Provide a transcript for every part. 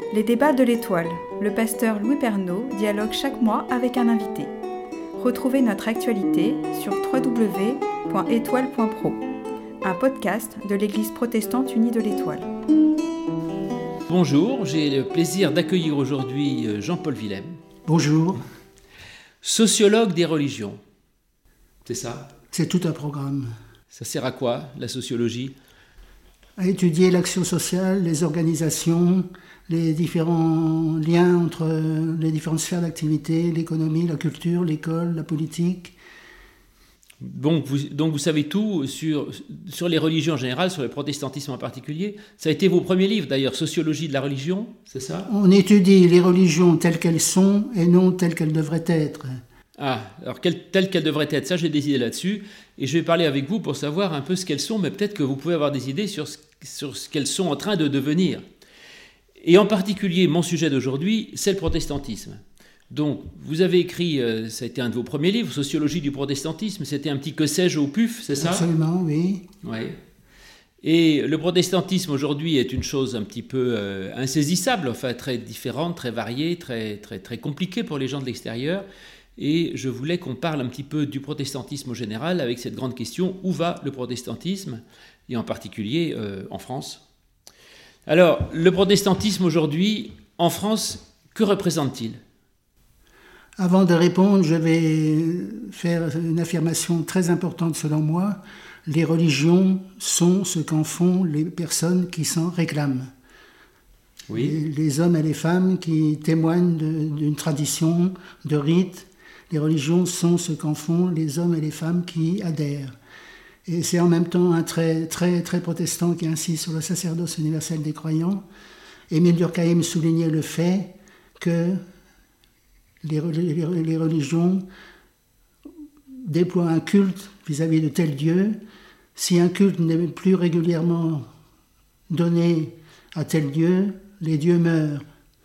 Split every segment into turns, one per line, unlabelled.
Les débats de l'Étoile. Le pasteur Louis Pernaud dialogue chaque mois avec un invité. Retrouvez notre actualité sur www.etoile.pro, un podcast de l'Église protestante unie de l'Étoile.
Bonjour, j'ai le plaisir d'accueillir aujourd'hui Jean-Paul Willem.
Bonjour.
Sociologue des religions. C'est ça ?
C'est tout un programme.
Ça sert à quoi, la sociologie ?
À étudier l'action sociale, les organisations, les différents liens entre les différentes sphères d'activité, l'économie, la culture, l'école, la politique.
Donc vous savez tout sur les religions en général, sur le protestantisme en particulier. Ça a été vos premiers livres d'ailleurs, Sociologie de la religion, c'est ça ?
On étudie les religions telles qu'elles sont et non telles qu'elles devraient être.
Ah, alors telles qu'elles devraient être, ça j'ai des idées là-dessus. Et je vais parler avec vous pour savoir un peu ce qu'elles sont, mais peut-être que vous pouvez avoir des idées sur ce qu'elles sont en train de devenir. Et en particulier, mon sujet d'aujourd'hui, c'est le protestantisme. Donc, vous avez écrit, ça a été un de vos premiers livres, Sociologie du protestantisme, c'était un petit que sais-je au PUF, c'est ça ?
Absolument, oui.
Ouais. Et le protestantisme aujourd'hui est une chose un petit peu insaisissable, enfin très différente, très variée, très, très, très compliquée pour les gens de l'extérieur. Et je voulais qu'on parle un petit peu du protestantisme au général avec cette grande question, où va le protestantisme ? Et en particulier en France. Alors, le protestantisme aujourd'hui, en France, que représente-t-il ?
Avant de répondre, je vais faire une affirmation très importante selon moi. Les religions sont ce qu'en font les personnes qui s'en réclament.
Oui.
Les hommes et les femmes qui témoignent d'une tradition, de rites. Les religions sont ce qu'en font les hommes et les femmes qui y adhèrent. Et c'est en même temps un trait très, très protestant qui insiste sur le sacerdoce universel des croyants. Émile Durkheim soulignait le fait que les religions déploient un culte vis-à-vis de tel Dieu. Si un culte n'est plus régulièrement donné à tel Dieu, les dieux meurent.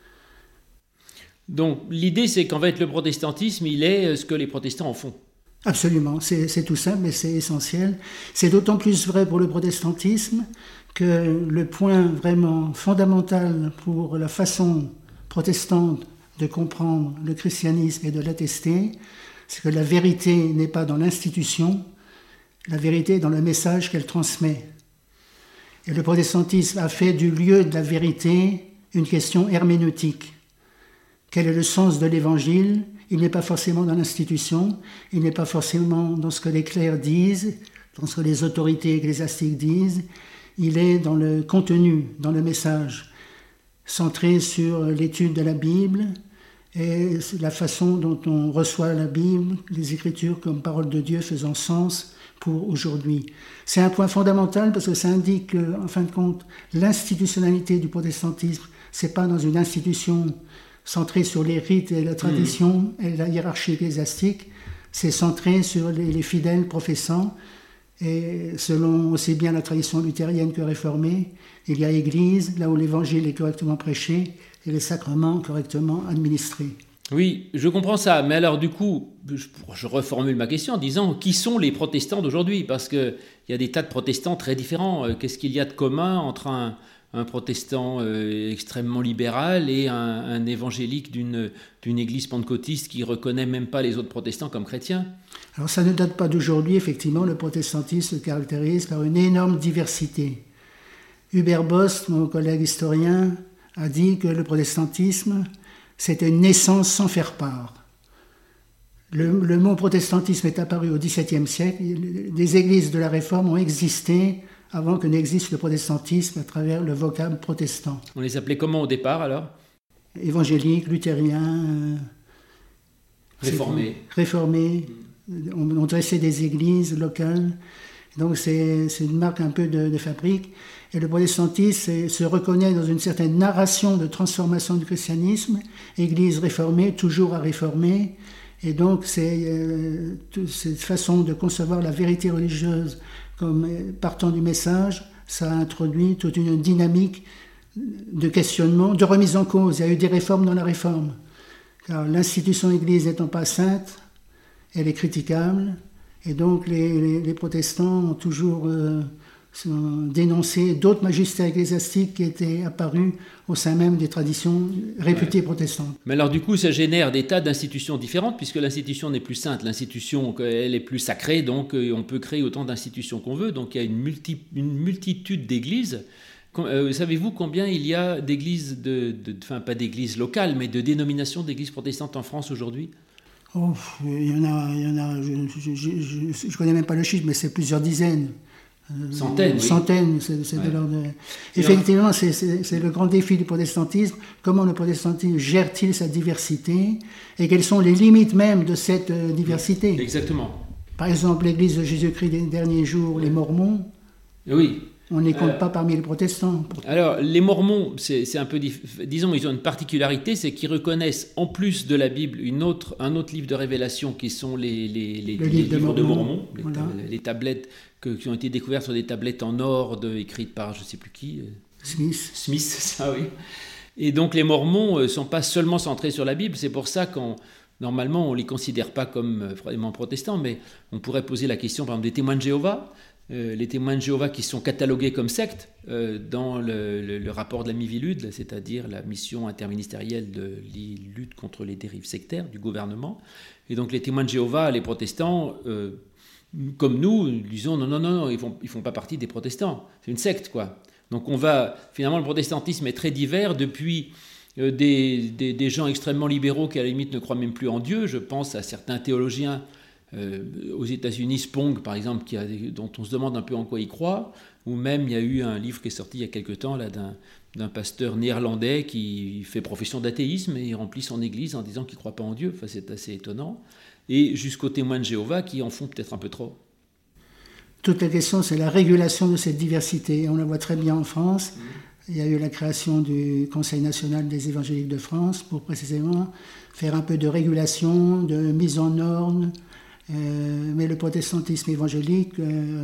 Donc l'idée c'est qu'en fait le protestantisme il est ce que les protestants en font.
Absolument, c'est tout simple mais c'est essentiel. C'est d'autant plus vrai pour le protestantisme que le point vraiment fondamental pour la façon protestante de comprendre le christianisme et de l'attester, c'est que la vérité n'est pas dans l'institution, la vérité est dans le message qu'elle transmet. Et le protestantisme a fait du lieu de la vérité une question herméneutique. Quel est le sens de l'évangile ? Il n'est pas forcément dans l'institution, il n'est pas forcément dans ce que les clercs disent, dans ce que les autorités ecclésiastiques disent, il est dans le contenu, dans le message, centré sur l'étude de la Bible et la façon dont on reçoit la Bible, les Écritures comme parole de Dieu faisant sens pour aujourd'hui. C'est un point fondamental parce que ça indique que, en fin de compte, l'institutionnalité du protestantisme, c'est pas dans une institution centré sur les rites et la tradition et la hiérarchie ecclésiastique, c'est centré sur les fidèles professants. Et selon aussi bien la tradition luthérienne que réformée, il y a Église, là où l'évangile est correctement prêché, et les sacrements correctement administrés.
Oui, je comprends ça, mais alors du coup, je reformule ma question en disant qui sont les protestants d'aujourd'hui ? Parce qu'il y a des tas de protestants très différents. Qu'est-ce qu'il y a de commun entre un protestant extrêmement libéral et un évangélique d'une église pentecôtiste qui ne reconnaît même pas les autres protestants comme chrétiens ?
Alors ça ne date pas d'aujourd'hui, effectivement, le protestantisme se caractérise par une énorme diversité. Hubert Bost, mon collègue historien, a dit que le protestantisme, c'était une naissance sans faire part. Le mot protestantisme est apparu au XVIIe siècle. Des églises de la Réforme ont existé avant que n'existe le protestantisme à travers le vocable protestant.
On les appelait comment au départ alors ?
Évangéliques, luthériens, réformés. On dressait des églises locales. Donc c'est une marque un peu de fabrique. Et le protestantisme se reconnaît dans une certaine narration de transformation du christianisme. Église réformée, toujours à réformer. Et donc cette façon de concevoir la vérité religieuse comme partant du message, ça a introduit toute une dynamique de questionnement, de remise en cause. Il y a eu des réformes dans la réforme. Car l'institution Église n'étant pas sainte, elle est critiquable. Et donc les protestants ont toujours dénoncer d'autres magistères ecclésiastiques qui étaient apparus au sein même des traditions réputées protestantes.
Mais alors du coup, ça génère des tas d'institutions différentes, puisque l'institution n'est plus sainte, l'institution, elle est plus sacrée, donc on peut créer autant d'institutions qu'on veut, donc il y a une multitude d'églises. Savez-vous combien il y a d'églises, enfin pas d'églises locales, mais de dénominations d'églises protestantes en France aujourd'hui ?
Oh, il y en a, je ne connais même pas le chiffre, mais c'est plusieurs dizaines.
Centaines,
c'est de l'ordre. Effectivement, c'est le grand défi du protestantisme. Comment le protestantisme gère-t-il sa diversité et quelles sont les limites même de cette diversité ?
Exactement.
Par exemple, l'Église de Jésus-Christ des derniers jours, les Mormons.
Oui.
On ne les compte pas parmi les protestants.
Alors, les Mormons, c'est un peu... Disons, ils ont une particularité, c'est qu'ils reconnaissent, en plus de la Bible, un autre livre de révélation qui sont les livres de Mormon, voilà. Les tablettes qui ont été découvertes sur des tablettes en or écrites par je ne sais plus qui.
Smith,
c'est ça, oui. Et donc, les Mormons ne sont pas seulement centrés sur la Bible, c'est pour ça normalement, on ne les considère pas comme vraiment protestants, mais on pourrait poser la question, par exemple, des témoins de Jéhovah. Les témoins de Jéhovah qui sont catalogués comme sectes dans le rapport de la Mivilude, c'est-à-dire la mission interministérielle de lutte contre les dérives sectaires du gouvernement. Et donc les témoins de Jéhovah, les protestants, comme nous disons non, ils font pas partie des protestants. C'est une secte, quoi. Donc finalement le protestantisme est très divers depuis des gens extrêmement libéraux qui à la limite ne croient même plus en Dieu. Je pense à certains théologiens aux États-Unis, Spong par exemple, dont on se demande un peu en quoi il croit, ou même il y a eu un livre qui est sorti il y a quelque temps là, d'un pasteur néerlandais qui fait profession d'athéisme et il remplit son église en disant qu'il ne croit pas en Dieu. Enfin, c'est assez étonnant. Et jusqu'aux témoins de Jéhovah qui en font peut-être un peu trop.
Toute la question, c'est la régulation de cette diversité. On la voit très bien en France. Il y a eu la création du Conseil national des évangéliques de France pour précisément faire un peu de régulation, de mise en ordre. Mais le protestantisme évangélique,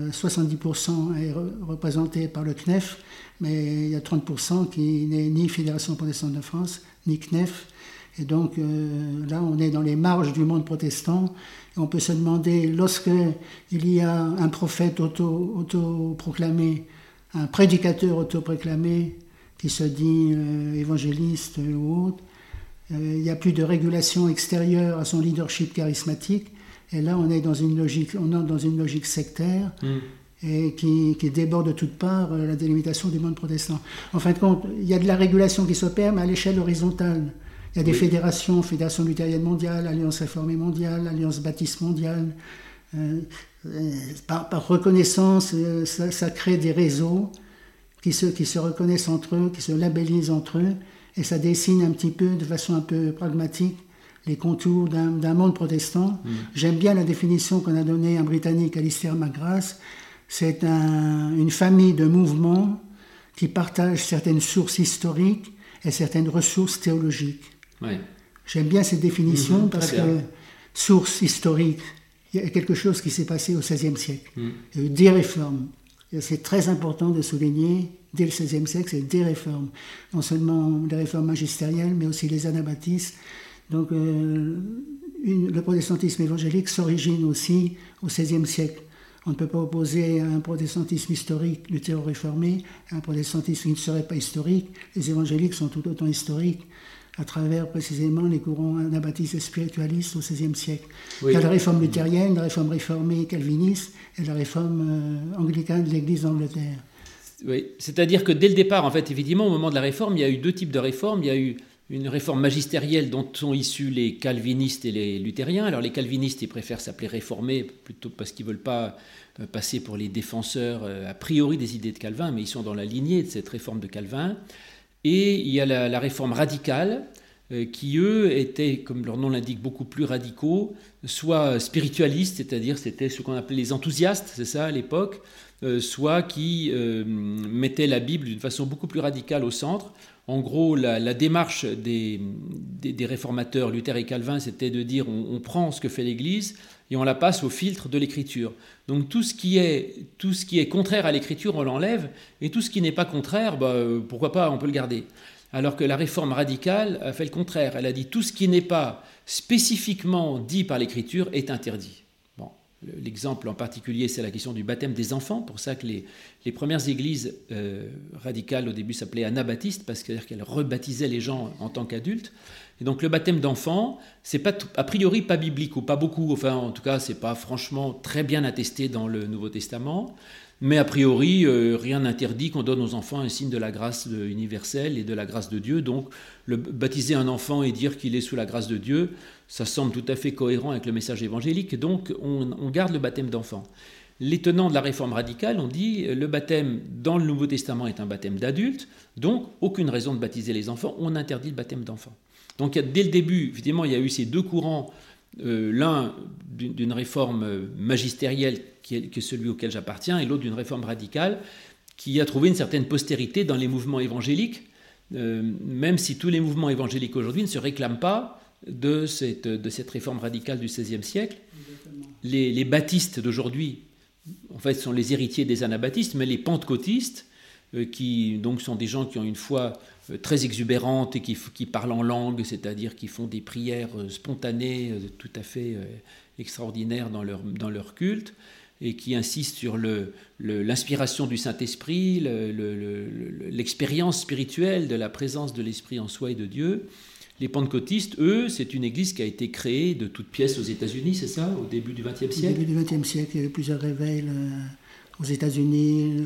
70% est représenté par le CNEF, mais il y a 30% qui n'est ni Fédération protestante de France, ni CNEF. Et donc là, on est dans les marges du monde protestant. Et on peut se demander, lorsque il y a un prophète autoproclamé, un prédicateur autoproclamé qui se dit évangéliste ou autre, il n'y a plus de régulation extérieure à son leadership charismatique. Et là, on est dans une logique sectaire et qui déborde de toutes parts la délimitation du monde protestant. En fin de compte, il y a de la régulation qui s'opère, mais à l'échelle horizontale. Il y a des fédérations, Fédération luthérienne mondiale, Alliance réformée mondiale, Alliance baptiste mondiale. Par reconnaissance, ça crée des réseaux qui se reconnaissent entre eux, qui se labellisent entre eux, et ça dessine un petit peu, de façon un peu pragmatique, les contours d'un monde protestant. J'aime bien la définition qu'on a donnée à un Britannique, Alistair McGrath. C'est une famille de mouvements qui partagent certaines sources historiques et certaines ressources théologiques.
Ouais.
J'aime bien cette définition parce que source historique, il y a quelque chose qui s'est passé au XVIe siècle. Il y a eu des réformes. Et c'est très important de souligner, dès le XVIe siècle, c'est des réformes. Non seulement les réformes magistérielles, mais aussi les anabaptistes. Donc le protestantisme évangélique s'origine aussi au XVIe siècle. On ne peut pas opposer un protestantisme historique luthéro-réformé à un protestantisme qui ne serait pas historique. Les évangéliques sont tout autant historiques à travers précisément les courants anabaptistes et spiritualistes au XVIe siècle. Oui. Il y a la réforme luthérienne, la réforme réformée calviniste et la réforme anglicane de l'Église d'Angleterre.
Oui, c'est-à-dire que dès le départ, en fait, effectivement, au moment de la réforme, il y a eu deux types de réformes. Il y a eu une réforme magistérielle dont sont issus les calvinistes et les luthériens. Alors les calvinistes, ils préfèrent s'appeler réformés plutôt parce qu'ils ne veulent pas passer pour les défenseurs a priori des idées de Calvin, mais ils sont dans la lignée de cette réforme de Calvin. Et il y a la réforme radicale qui, eux, étaient, comme leur nom l'indique, beaucoup plus radicaux, soit spiritualistes, c'est-à-dire c'était ce qu'on appelait les enthousiastes, c'est ça à l'époque, soit qui mettaient la Bible d'une façon beaucoup plus radicale au centre. En gros, la démarche des réformateurs Luther et Calvin, c'était de dire on prend ce que fait l'Église et on la passe au filtre de l'Écriture. Donc tout ce qui est contraire à l'Écriture, on l'enlève, et tout ce qui n'est pas contraire, pourquoi pas, on peut le garder. Alors que la réforme radicale a fait le contraire. Elle a dit tout ce qui n'est pas spécifiquement dit par l'Écriture est interdit. Bon, l'exemple en particulier, c'est la question du baptême des enfants. Pour ça que les premières églises radicales au début s'appelaient anabaptistes, parce qu'elles rebaptisaient les gens en tant qu'adultes. Et donc le baptême d'enfant, c'est pas, a priori pas biblique, ou pas beaucoup, enfin en tout cas c'est pas franchement très bien attesté dans le Nouveau Testament, mais a priori rien n'interdit qu'on donne aux enfants un signe de la grâce universelle et de la grâce de Dieu. Donc baptiser un enfant et dire qu'il est sous la grâce de Dieu, ça semble tout à fait cohérent avec le message évangélique, donc on garde le baptême d'enfant. Les tenants de la réforme radicale ont dit le baptême dans le Nouveau Testament est un baptême d'adulte, donc aucune raison de baptiser les enfants, on interdit le baptême d'enfants. Donc dès le début, évidemment, il y a eu ces deux courants, l'un d'une réforme magistérielle qui est celui auquel j'appartiens, et l'autre d'une réforme radicale qui a trouvé une certaine postérité dans les mouvements évangéliques, même si tous les mouvements évangéliques aujourd'hui ne se réclament pas de cette réforme radicale du XVIe siècle. Les baptistes d'aujourd'hui, en fait, sont les héritiers des anabaptistes, mais les pentecôtistes, qui donc sont des gens qui ont une foi très exubérante et qui parlent en langue, c'est-à-dire qui font des prières spontanées tout à fait extraordinaires dans leur culte, et qui insistent sur l'inspiration du Saint-Esprit, l'expérience spirituelle de la présence de l'Esprit en soi et de Dieu. Les pentecôtistes, eux, c'est une église qui a été créée de toutes pièces aux États-Unis, c'est ça, au début du XXe siècle ?
Au début du XXe siècle, il y a eu plusieurs réveils aux États-Unis,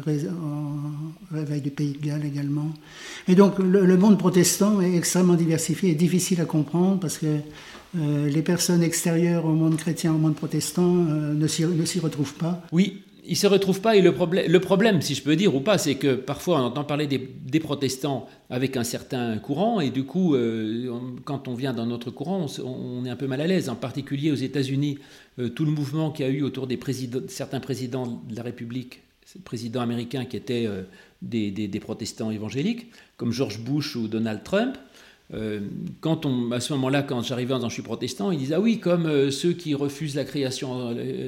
réveil du Pays de Galles également. Et donc, le monde protestant est extrêmement diversifié et difficile à comprendre parce que les personnes extérieures au monde chrétien, au monde protestant, ne s'y retrouvent pas.
Oui. Ils ne se retrouvent pas, et le problème, si je peux dire ou pas, c'est que parfois on entend parler des protestants avec un certain courant, et du coup, quand on vient dans notre courant, on est un peu mal à l'aise. En particulier aux États-Unis, tout le mouvement qu'il y a eu autour des certains présidents de la République, présidents américains qui étaient des protestants évangéliques, comme George Bush ou Donald Trump. À ce moment-là, quand j'arrivais en disant je suis protestant, ils disaient ah oui, comme ceux qui refusent la création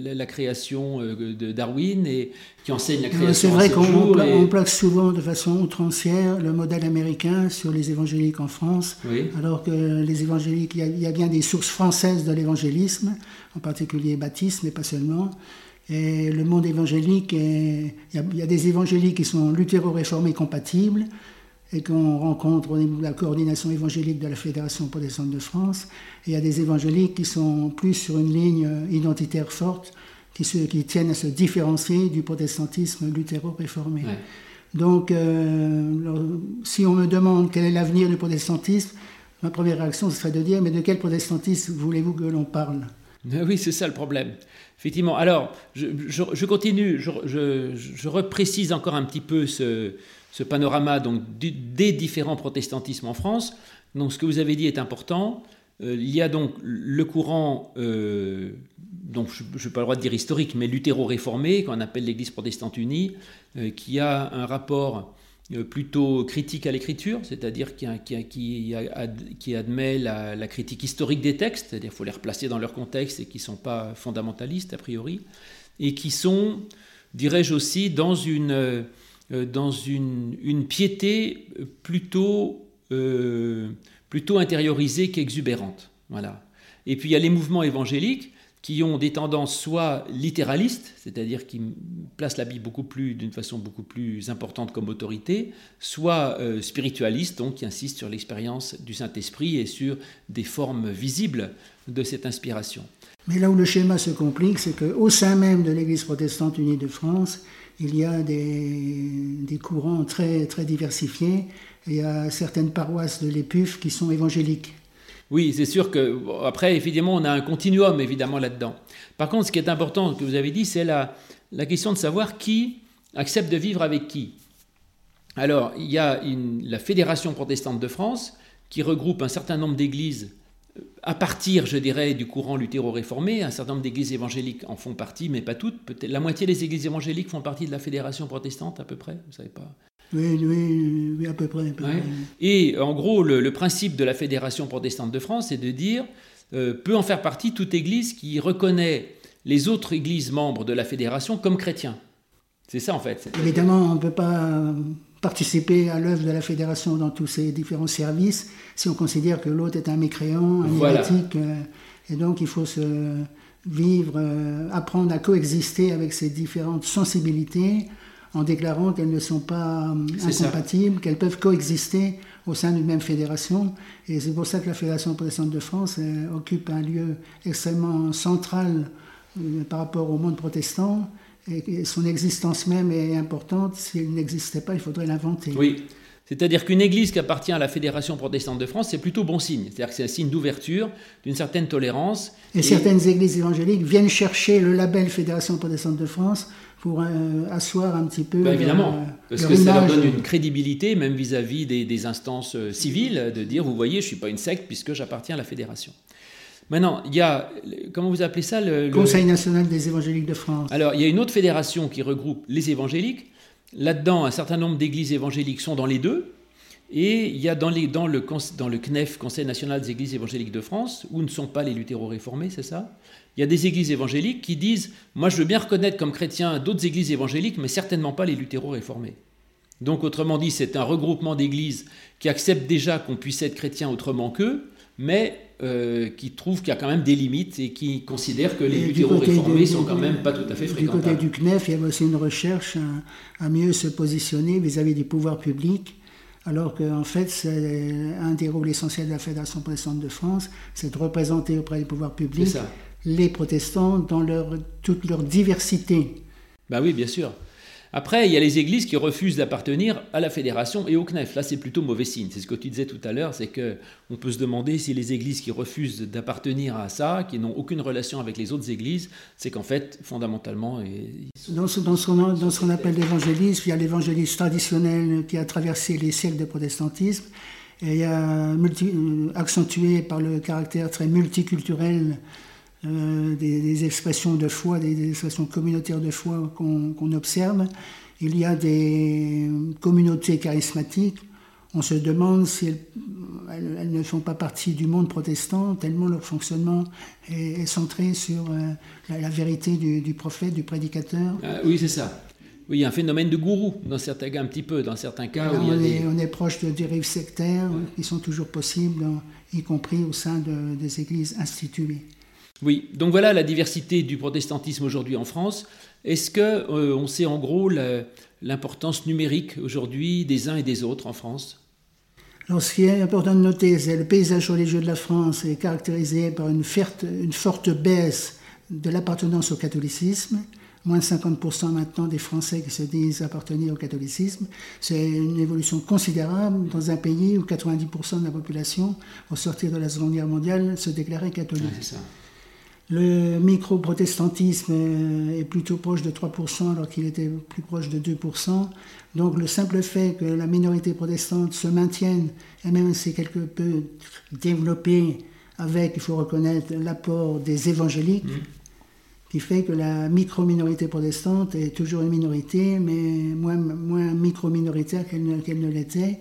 de Darwin et qui enseignent la création.
C'est vrai qu'on plaque souvent de façon outrancière le modèle américain sur les évangéliques en France, oui. Alors que les évangéliques, il y a bien des sources françaises de l'évangélisme, en particulier baptiste, mais pas seulement. Et le monde évangélique, il y a des évangéliques qui sont luthéro-réformés compatibles, et qu'on rencontre au niveau de la coordination évangélique de la Fédération protestante de France. Et il y a des évangéliques qui sont plus sur une ligne identitaire forte, qui tiennent à se différencier du protestantisme luthéro-réformé. Ouais. Donc, si on me demande quel est l'avenir du protestantisme, ma première réaction, ce serait de dire, mais de quel protestantisme voulez-vous que l'on parle ?
Oui, c'est ça le problème. Effectivement. Alors, je continue, je reprécise encore un petit peu ce panorama donc, des différents protestantismes en France. Donc ce que vous avez dit est important. Il y a donc le courant, donc je n'ai pas le droit de dire historique, mais luthéro-réformé, qu'on appelle l'Église protestante unie, qui a un rapport plutôt critique à l'écriture, c'est-à-dire qui admet la critique historique des textes, c'est-à-dire qu'il faut les replacer dans leur contexte et qui ne sont pas fondamentalistes a priori, et qui sont, dirais-je aussi, dans une piété plutôt intériorisée qu'exubérante. Voilà. Et puis il y a les mouvements évangéliques qui ont des tendances soit littéralistes, c'est-à-dire qui placent la Bible d'une façon beaucoup plus importante comme autorité, soit spiritualistes, donc qui insistent sur l'expérience du Saint-Esprit et sur des formes visibles de cette inspiration.
Mais là où le schéma se complique, c'est qu'au sein même de l'Église protestante unie de France, il y a des courants très, très diversifiés. Il y a certaines paroisses de l'EPUF qui sont évangéliques.
Oui, c'est sûr qu'après, évidemment, on a un continuum évidemment là-dedans. Par contre, ce qui est important, que vous avez dit, c'est la question de savoir qui accepte de vivre avec qui. Alors, il y a la Fédération protestante de France qui regroupe un certain nombre d'églises à partir, je dirais, du courant luthéro-réformé. Un certain nombre d'églises évangéliques en font partie, mais pas toutes. Peut-être la moitié des églises évangéliques font partie de la Fédération protestante, à peu près, vous ne savez pas ?
Oui, à peu près.
Ouais. Et en gros, le principe de la Fédération protestante de France, c'est de dire peut en faire partie toute église qui reconnaît les autres églises membres de la Fédération comme chrétiens. C'est ça, en fait.
Évidemment, on ne peut pas participer à l'œuvre de la Fédération dans tous ses différents services si on considère que l'autre est un mécréant, un hérétique. Et donc, il faut apprendre à coexister avec ces différentes sensibilités en déclarant qu'elles ne sont pas incompatibles, qu'elles peuvent coexister au sein d'une même fédération. Et c'est pour ça que la Fédération protestante de France occupe un lieu extrêmement central par rapport au monde protestant. Et son existence même est importante. S'il n'existait pas, il faudrait l'inventer.
Oui, c'est-à-dire qu'une église qui appartient à la Fédération protestante de France, c'est plutôt bon signe. C'est-à-dire que c'est un signe d'ouverture, d'une certaine tolérance.
Et certaines églises évangéliques viennent chercher le label Fédération protestante de France pour asseoir un petit peu
évidemment, parce que ça leur donne une crédibilité, même vis-à-vis des instances civiles, de dire, vous voyez, je ne suis pas une secte puisque j'appartiens à la Fédération. Maintenant, il y a, comment vous appelez ça le
Conseil national des évangéliques de France.
Alors, il y a une autre fédération qui regroupe les évangéliques. Là-dedans, un certain nombre d'églises évangéliques sont dans les deux. Et il y a dans le CNEF, Conseil national des églises évangéliques de France, où ne sont pas les luthéro-réformés, c'est ça ? Il y a des églises évangéliques qui disent « Moi, je veux bien reconnaître comme chrétien d'autres églises évangéliques, mais certainement pas les luthéro-réformés. » Donc, autrement dit, c'est un regroupement d'églises qui acceptent déjà qu'on puisse être chrétien autrement qu'eux, mais qui trouvent qu'il y a quand même des limites et qui considèrent que les luthéro-réformés sont quand même pas tout à fait fréquentables.
Du côté du CNEF, il y a aussi une recherche à mieux se positionner vis-à-vis du pouvoir public, alors qu'en fait, c'est un des rôles essentiels de la Fédération protestante de France, c'est de représenter auprès du pouvoir public les protestants dans toute leur diversité.
Ben oui, bien sûr. Après, il y a les églises qui refusent d'appartenir à la fédération et au CNEF. Là, c'est plutôt mauvais signe. C'est ce que tu disais tout à l'heure, c'est qu'on peut se demander si les églises qui refusent d'appartenir à ça, qui n'ont aucune relation avec les autres églises, c'est qu'en fait, fondamentalement...
Dans ce qu'on appelle l'évangélisme, il y a l'évangélisme traditionnel qui a traversé les siècles de protestantisme, et il y a accentué par le caractère très multiculturel des expressions de foi, des expressions communautaires de foi qu'on observe. Il y a des communautés charismatiques. On se demande si elles ne font pas partie du monde protestant, tellement leur fonctionnement est centré sur la vérité du prophète, du prédicateur.
Oui, c'est ça. Oui, il y a un phénomène de gourou, dans certains cas.
On est proche de dérives sectaires qui sont toujours possibles, y compris au sein des églises instituées.
Oui, donc voilà la diversité du protestantisme aujourd'hui en France. Est-ce qu'on sait en gros l'importance numérique aujourd'hui des uns et des autres en France ?
Alors, ce qui est important de noter, c'est que le paysage religieux de la France est caractérisé par une forte baisse de l'appartenance au catholicisme. Moins de 50% maintenant des Français qui se disent appartenir au catholicisme. C'est une évolution considérable dans un pays où 90% de la population, au sortir de la Seconde Guerre mondiale, se déclarait catholique.
Ouais, c'est ça.
Le micro-protestantisme est plutôt proche de 3%, alors qu'il était plus proche de 2%. Donc le simple fait que la minorité protestante se maintienne, et même s'est quelque peu développée avec, il faut reconnaître, l'apport des évangéliques, qui fait que la micro-minorité protestante est toujours une minorité, mais moins micro-minoritaire qu'elle ne l'était.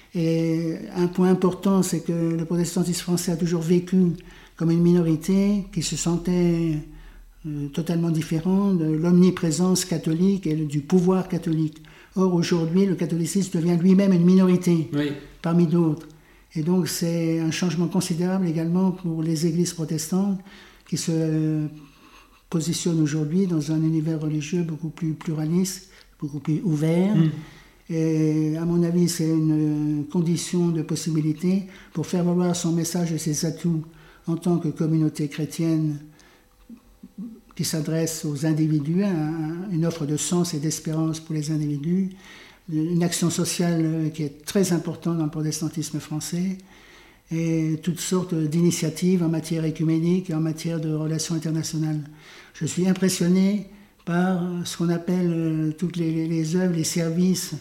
Et un point important, c'est que le protestantisme français a toujours vécu comme une minorité qui se sentait totalement différente de l'omniprésence catholique et du pouvoir catholique. Or, aujourd'hui, le catholicisme devient lui-même une minorité parmi d'autres. Et donc, c'est un changement considérable également pour les églises protestantes qui se positionnent aujourd'hui dans un univers religieux beaucoup plus pluraliste, beaucoup plus ouvert. Et à mon avis, c'est une condition de possibilité pour faire valoir son message et ses atouts en tant que communauté chrétienne qui s'adresse aux individus, une offre de sens et d'espérance pour les individus, une action sociale qui est très importante dans le protestantisme français, et toutes sortes d'initiatives en matière écuménique et en matière de relations internationales. Je suis impressionné par ce qu'on appelle toutes les œuvres, les services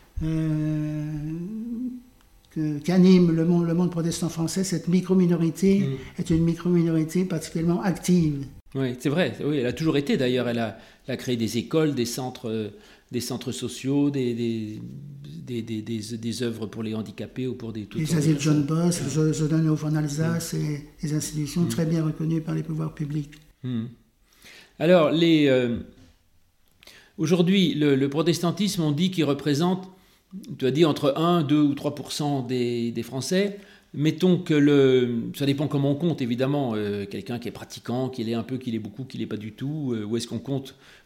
qu'anime le monde protestant français. Cette micro-minorité est une micro-minorité particulièrement active.
Oui, c'est vrai. Oui, elle a toujours été d'ailleurs. Elle a créé des écoles, des centres sociaux, des œuvres pour les handicapés ou pour des...
Les asiles John Boss, Zodanov en Alsace, et des institutions très bien reconnues par les pouvoirs publics.
Alors, aujourd'hui, le protestantisme, on dit qu'il représente, tu as dit, entre 1, 2 ou 3% des Français. Mettons que ça dépend comment on compte, évidemment. Quelqu'un qui est pratiquant, qu'il est un peu, qu'il est beaucoup, qu'il n'est pas du tout. Où est-ce qu'on compte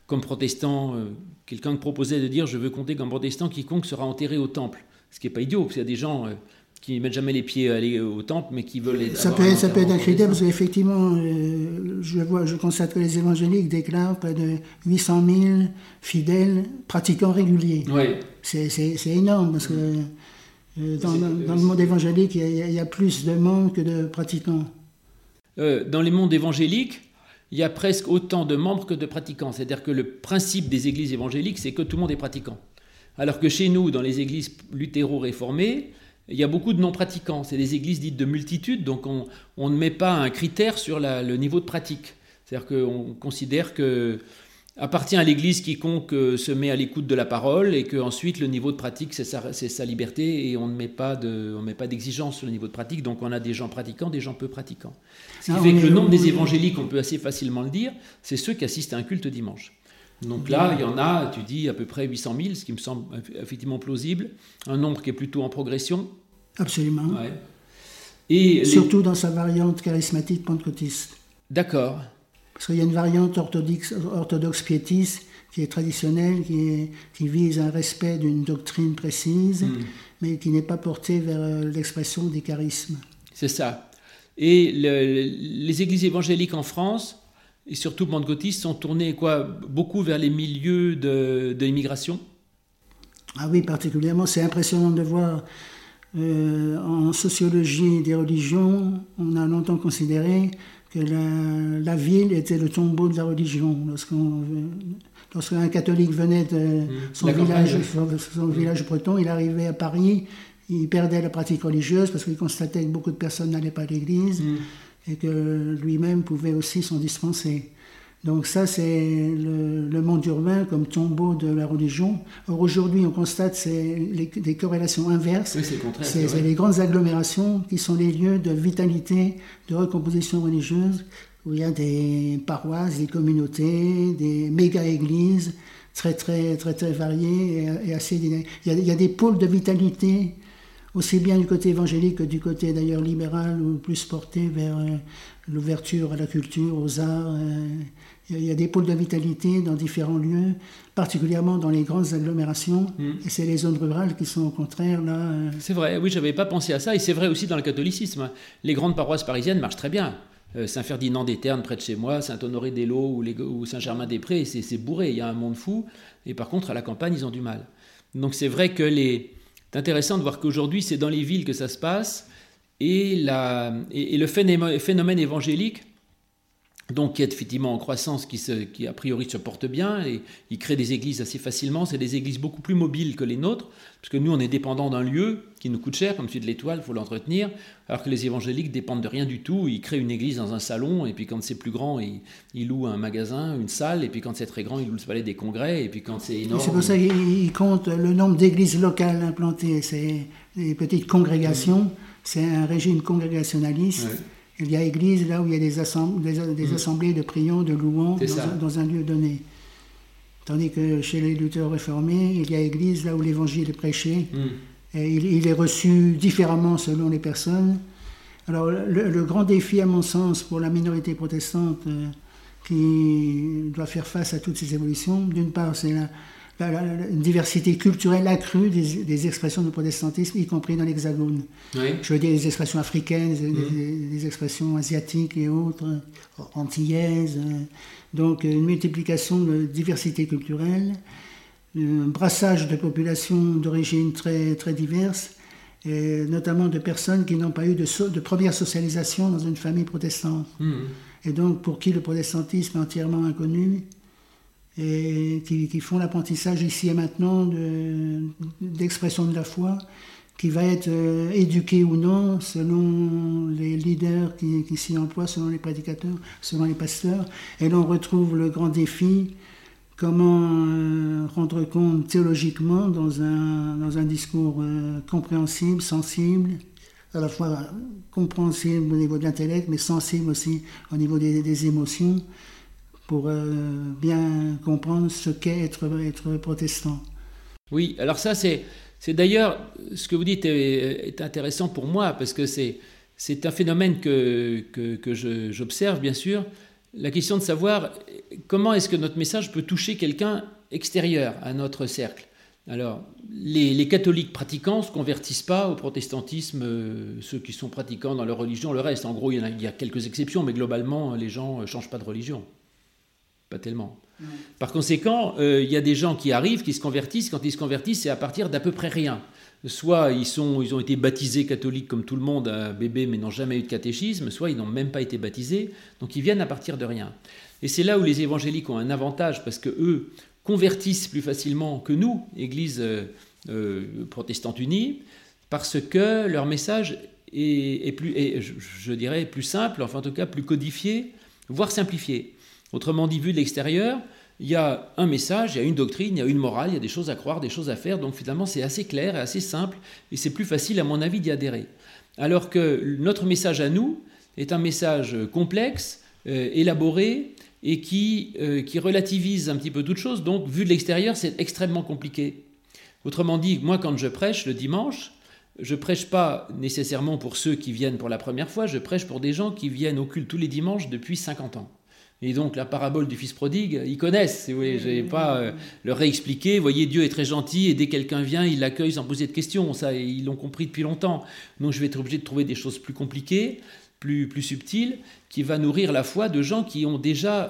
comme protestant, quelqu'un proposait de dire « je veux compter comme protestant quiconque sera enterré au temple ». Ce qui n'est pas idiot, parce qu'il y a des gens qui ne mettent jamais les pieds à aller au temple, mais qui veulent...
Ça peut être un critère, parce qu'effectivement, je constate que les évangéliques déclarent près de 800 000 fidèles pratiquants réguliers.
Ouais.
C'est énorme, parce que dans le monde évangélique, il y a plus de membres que de pratiquants.
Dans les mondes évangéliques, il y a presque autant de membres que de pratiquants. C'est-à-dire que le principe des églises évangéliques, c'est que tout le monde est pratiquant. Alors que chez nous, dans les églises luthéro-réformées, il y a beaucoup de non-pratiquants. C'est des églises dites de multitude, donc on ne met pas un critère sur le niveau de pratique. C'est-à-dire qu'on considère que appartient à l'Église quiconque se met à l'écoute de la parole et qu'ensuite le niveau de pratique, c'est sa liberté et on ne met pas d'exigence sur le niveau de pratique. Donc on a des gens pratiquants, des gens peu pratiquants. Ce qui fait que le nombre des évangéliques, on peut assez facilement le dire, c'est ceux qui assistent à un culte dimanche. Donc là, il y en a, tu dis, à peu près 800 000, ce qui me semble effectivement plausible. Un nombre qui est plutôt en progression.
Absolument.
Ouais. Et
surtout dans sa variante charismatique pentecôtiste.
D'accord.
Parce qu'il y a une variante orthodoxe piétiste qui est traditionnelle, qui vise un respect d'une doctrine précise, mais qui n'est pas portée vers l'expression des charismes.
C'est ça. Et les églises évangéliques en France, et surtout pentecôtistes, sont tournées beaucoup vers les milieux de l'immigration.
Ah oui, particulièrement. C'est impressionnant de voir en sociologie des religions, on a longtemps considéré que la ville était le tombeau de la religion. Lorsqu'un catholique venait de son village breton, il arrivait à Paris, il perdait la pratique religieuse parce qu'il constatait que beaucoup de personnes n'allaient pas à l'église et que lui-même pouvait aussi s'en dispenser. Donc ça, c'est le monde urbain comme tombeau de la religion. Or, aujourd'hui, on constate des corrélations inverses.
Oui, c'est le contraire.
C'est les grandes agglomérations qui sont les lieux de vitalité, de recomposition religieuse, où il y a des paroisses, des communautés, des méga-églises très, très, très, très variées et assez dynamiques. Il y a des pôles de vitalité, aussi bien du côté évangélique que du côté d'ailleurs libéral, ou plus porté vers l'ouverture à la culture, aux arts. Il y a des pôles de vitalité dans différents lieux, particulièrement dans les grandes agglomérations. Et c'est les zones rurales qui sont au contraire là.
C'est vrai, oui, je n'avais pas pensé à ça. Et c'est vrai aussi dans le catholicisme. Les grandes paroisses parisiennes marchent très bien. Saint-Ferdinand-des-Ternes près de chez moi, Saint-Honoré-des-Laux ou Saint-Germain-des-Prés, c'est bourré. Il y a un monde fou. Et par contre, à la campagne, ils ont du mal. Donc c'est vrai que c'est intéressant de voir qu'aujourd'hui, c'est dans les villes que ça se passe. Et le phénomène évangélique, donc qui est effectivement en croissance, qui a priori se porte bien, et il crée des églises assez facilement. C'est des églises beaucoup plus mobiles que les nôtres, parce que nous, on est dépendants d'un lieu qui nous coûte cher, comme celui de l'Étoile, il faut l'entretenir, alors que les évangéliques dépendent de rien du tout. Ils créent une église dans un salon, et puis quand c'est plus grand, ils louent un magasin, une salle, et puis quand c'est très grand, ils louent le palais des congrès, et puis quand c'est énorme...
C'est pour ça qu'ils comptent le nombre d'églises locales implantées. C'est des petites congrégations, c'est un régime congrégationaliste. Ouais. Il y a église là où il y a des assemblées de prions, de louants dans un lieu donné. Tandis que chez les lutteurs réformés, il y a église là où l'évangile est prêché. Et il est reçu différemment selon les personnes. Alors le grand défi à mon sens pour la minorité protestante qui doit faire face à toutes ces évolutions, d'une part c'est une diversité culturelle accrue des expressions du protestantisme, y compris dans l'Hexagone. Oui. Je veux dire des expressions africaines, des expressions asiatiques et autres, antillaises. Donc une multiplication de diversité culturelle, un brassage de populations d'origine très, très diverses, et notamment de personnes qui n'ont pas eu de première socialisation dans une famille protestante. Et donc pour qui le protestantisme est entièrement inconnu, et qui font l'apprentissage ici et maintenant d'expression de la foi, qui va être éduqué ou non selon les leaders qui s'y emploient, selon les prédicateurs, selon les pasteurs. Et là on retrouve le grand défi, comment rendre compte théologiquement dans un discours compréhensible, sensible, à la fois compréhensible au niveau de l'intellect, mais sensible aussi au niveau des émotions, pour bien comprendre ce qu'est être protestant.
Oui, alors ça c'est d'ailleurs, ce que vous dites est intéressant pour moi, parce que c'est un phénomène que j'observe bien sûr. la question de savoir comment est-ce que notre message peut toucher quelqu'un extérieur à notre cercle. Alors, les catholiques pratiquants ne se convertissent pas au protestantisme, ceux qui sont pratiquants dans leur religion, le reste. En gros, il y a quelques exceptions, mais globalement, les gens ne changent pas de religion. Pas tellement. Par conséquent, il y a des gens qui arrivent, qui se convertissent. Quand ils se convertissent, c'est à partir d'à peu près rien. Soit ils ont été baptisés catholiques comme tout le monde, bébé, mais n'ont jamais eu de catéchisme, soit ils n'ont même pas été baptisés, donc ils viennent à partir de rien. Et c'est là où les évangéliques ont un avantage, parce qu'eux convertissent plus facilement que nous, Église protestante unie, parce que leur message est je dirais, plus simple, enfin en tout cas plus codifié, voire simplifié. Autrement dit, vu de l'extérieur, il y a un message, il y a une doctrine, il y a une morale, il y a des choses à croire, des choses à faire, donc finalement c'est assez clair et assez simple, et c'est plus facile à mon avis d'y adhérer. Alors que notre message à nous est un message complexe, élaboré, et qui relativise un petit peu toute chose, donc vu de l'extérieur c'est extrêmement compliqué. Autrement dit, moi quand je prêche le dimanche, je prêche pas nécessairement pour ceux qui viennent pour la première fois, je prêche pour des gens qui viennent au culte tous les dimanches depuis 50 ans. Et donc la parabole du fils prodigue, ils connaissent, si vous voulez, je n'ai pas leur réexpliquer. Vous voyez, Dieu est très gentil et dès que quelqu'un vient, il l'accueille sans poser de questions. Ça, ils l'ont compris depuis longtemps. Donc je vais être obligé de trouver des choses plus compliquées, plus subtiles, qui va nourrir la foi de gens qui ont déjà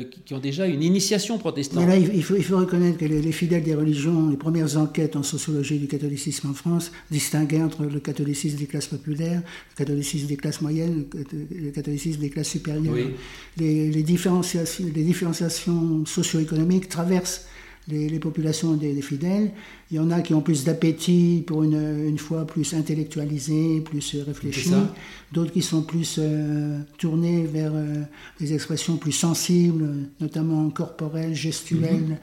une initiation protestante.
Mais là, il faut reconnaître que les fidèles des religions, les premières enquêtes en sociologie du catholicisme en France distinguaient entre le catholicisme des classes populaires, le catholicisme des classes moyennes, le catholicisme des classes supérieures. Oui. Les différenciations socio-économiques traversent les populations des fidèles. Il y en a qui ont plus d'appétit pour une foi plus intellectualisée, plus réfléchie. D'autres qui sont plus tournés vers des expressions plus sensibles, notamment corporelles, gestuelles,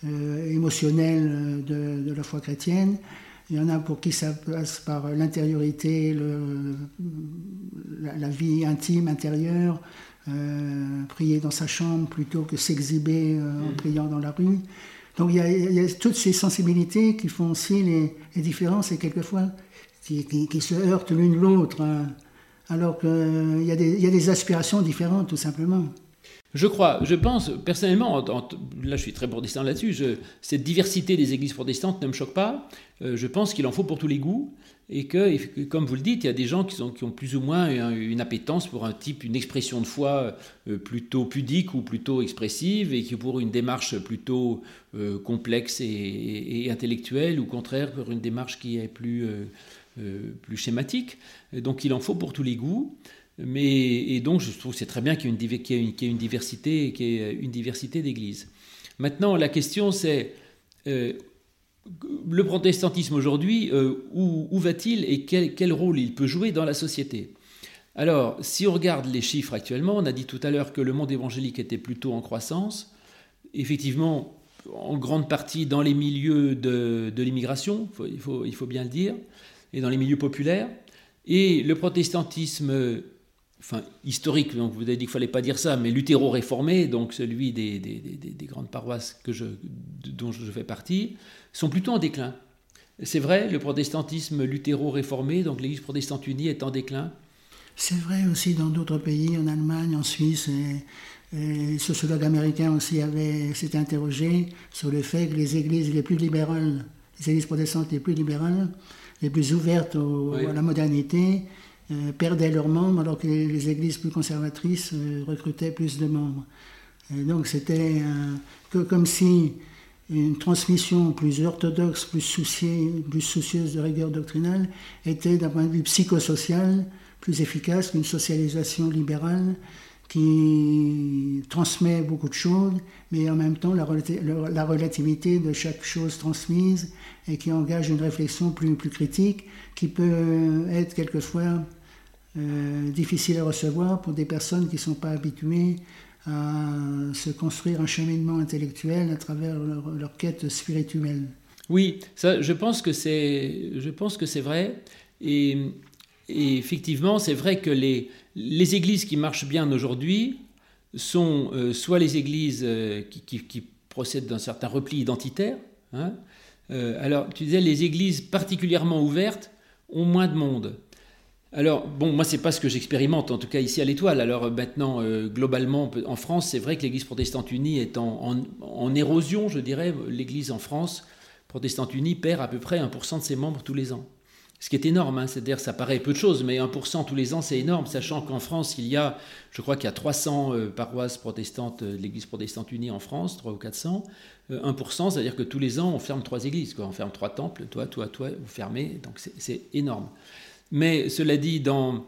émotionnelles de la foi chrétienne. Il y en a pour qui ça passe par l'intériorité, la vie intime, intérieure, prier dans sa chambre plutôt que s'exhiber en priant dans la rue. Donc il y a toutes ces sensibilités qui font aussi les différences et quelquefois qui se heurtent l'une l'autre, alors qu'il y a des aspirations différentes tout simplement.
Je pense, personnellement, là je suis très protestant là-dessus, cette diversité des églises protestantes ne me choque pas. Je pense qu'il en faut pour tous les goûts et que, comme vous le dites, il y a des gens qui ont plus ou moins une appétence pour une expression de foi plutôt pudique ou plutôt expressive et qui pour une démarche plutôt complexe et intellectuelle ou au contraire pour une démarche qui est plus schématique. Donc il en faut pour tous les goûts. Et donc je trouve que c'est très bien qu'il y ait une diversité d'églises. Maintenant, la question c'est le protestantisme aujourd'hui, où va-t-il et quel rôle il peut jouer dans la société ? Alors, si on regarde les chiffres actuellement, on a dit tout à l'heure que le monde évangélique était plutôt en croissance, effectivement en grande partie dans les milieux de l'immigration, il faut bien le dire, et dans les milieux populaires, et le protestantisme historique, donc vous avez dit qu'il ne fallait pas dire ça, mais luthéro-réformé, donc celui des grandes paroisses dont je fais partie, sont plutôt en déclin. C'est vrai, le protestantisme luthéro-réformé, donc l'Église protestante unie est en déclin.
C'est vrai aussi dans d'autres pays, en Allemagne, en Suisse, et les sociologues américains aussi s'étaient interrogés sur le fait que les églises les plus libérales, les églises protestantes les plus libérales, les plus ouvertes à la modernité, perdaient leurs membres alors que les églises plus conservatrices recrutaient plus de membres. Et donc c'était comme si une transmission plus orthodoxe, plus soucieuse de rigueur doctrinale était d'un point de vue psychosocial plus efficace qu'une socialisation libérale qui transmet beaucoup de choses, mais en même temps la relativité de chaque chose transmise et qui engage une réflexion plus critique qui peut être quelquefois difficile à recevoir pour des personnes qui ne sont pas habituées à se construire un cheminement intellectuel à travers leur quête spirituelle.
Oui, ça, je pense que c'est vrai. Et effectivement, c'est vrai que les églises qui marchent bien aujourd'hui sont soit les églises qui procèdent d'un certain repli identitaire. Alors, tu disais, les églises particulièrement ouvertes ont moins de monde. Alors, bon, moi, c'est pas ce que j'expérimente, en tout cas ici à l'Étoile. Alors maintenant, globalement, en France, c'est vrai que l'Église protestante unie est en érosion, je dirais. L'Église en France, protestante unie, perd à peu près 1% de ses membres tous les ans. Ce qui est énorme, hein, c'est-à-dire ça paraît peu de choses, mais 1% tous les ans, c'est énorme, sachant qu'en France, je crois qu'il y a 300 paroisses protestantes de l'Église protestante unie en France, 300 ou 400. 1%, c'est-à-dire que tous les ans, on ferme 3 églises, quoi. On ferme 3 temples, toi, vous fermez, donc c'est énorme. Mais cela dit,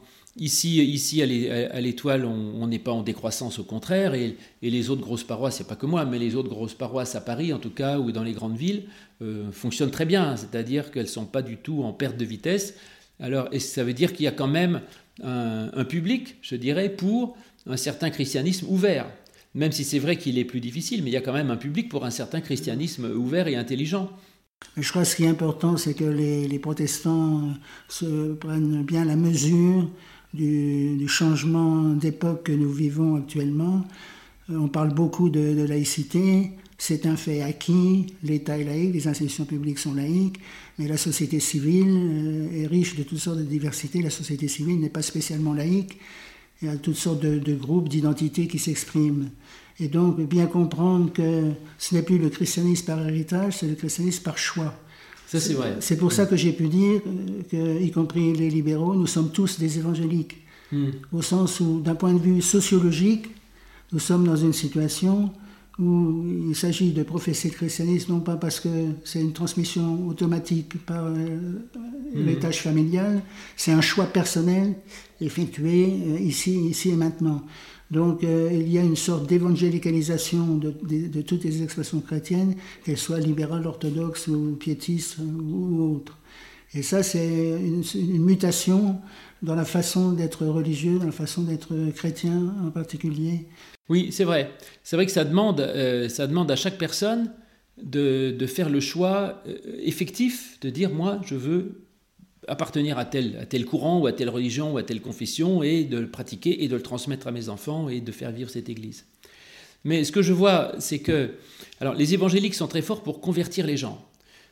ici à l'Étoile, on n'est pas en décroissance, au contraire, et les autres grosses paroisses, c'est pas que moi, mais les autres grosses paroisses à Paris, en tout cas, ou dans les grandes villes, fonctionnent très bien, c'est-à-dire qu'elles ne sont pas du tout en perte de vitesse. Alors, et ça veut dire qu'il y a quand même un public, je dirais, pour un certain christianisme ouvert. Même si c'est vrai qu'il est plus difficile, mais il y a quand même un public pour un certain christianisme ouvert et intelligent.
Je crois que ce qui est important, c'est que les protestants se prennent bien la mesure du changement d'époque que nous vivons actuellement. On parle beaucoup de laïcité, c'est un fait acquis, l'État est laïque, les institutions publiques sont laïques, mais la société civile est riche de toutes sortes de diversités. La société civile n'est pas spécialement laïque, il y a toutes sortes de groupes, d'identités qui s'expriment. Et donc, bien comprendre que ce n'est plus le christianisme par héritage, c'est le christianisme par choix.
Ça, c'est vrai.
C'est pour ça que j'ai pu dire que, y compris les libéraux, nous sommes tous des évangéliques. Au sens où, d'un point de vue sociologique, nous sommes dans une situation où il s'agit de professer le christianisme, non pas parce que c'est une transmission automatique par l'héritage familial, c'est un choix personnel effectué ici et maintenant. Donc il y a une sorte d'évangélicalisation de toutes les expressions chrétiennes, qu'elles soient libérales, orthodoxes ou piétistes ou autres. Et ça, c'est une mutation dans la façon d'être religieux, dans la façon d'être chrétien en particulier.
Oui, c'est vrai. C'est vrai que ça demande à chaque personne de faire le choix effectif, de dire, moi, je veux appartenir à tel courant ou à telle religion ou à telle confession, et de le pratiquer et de le transmettre à mes enfants et de faire vivre cette Église. Mais ce que je vois, c'est que alors, les évangéliques sont très forts pour convertir les gens.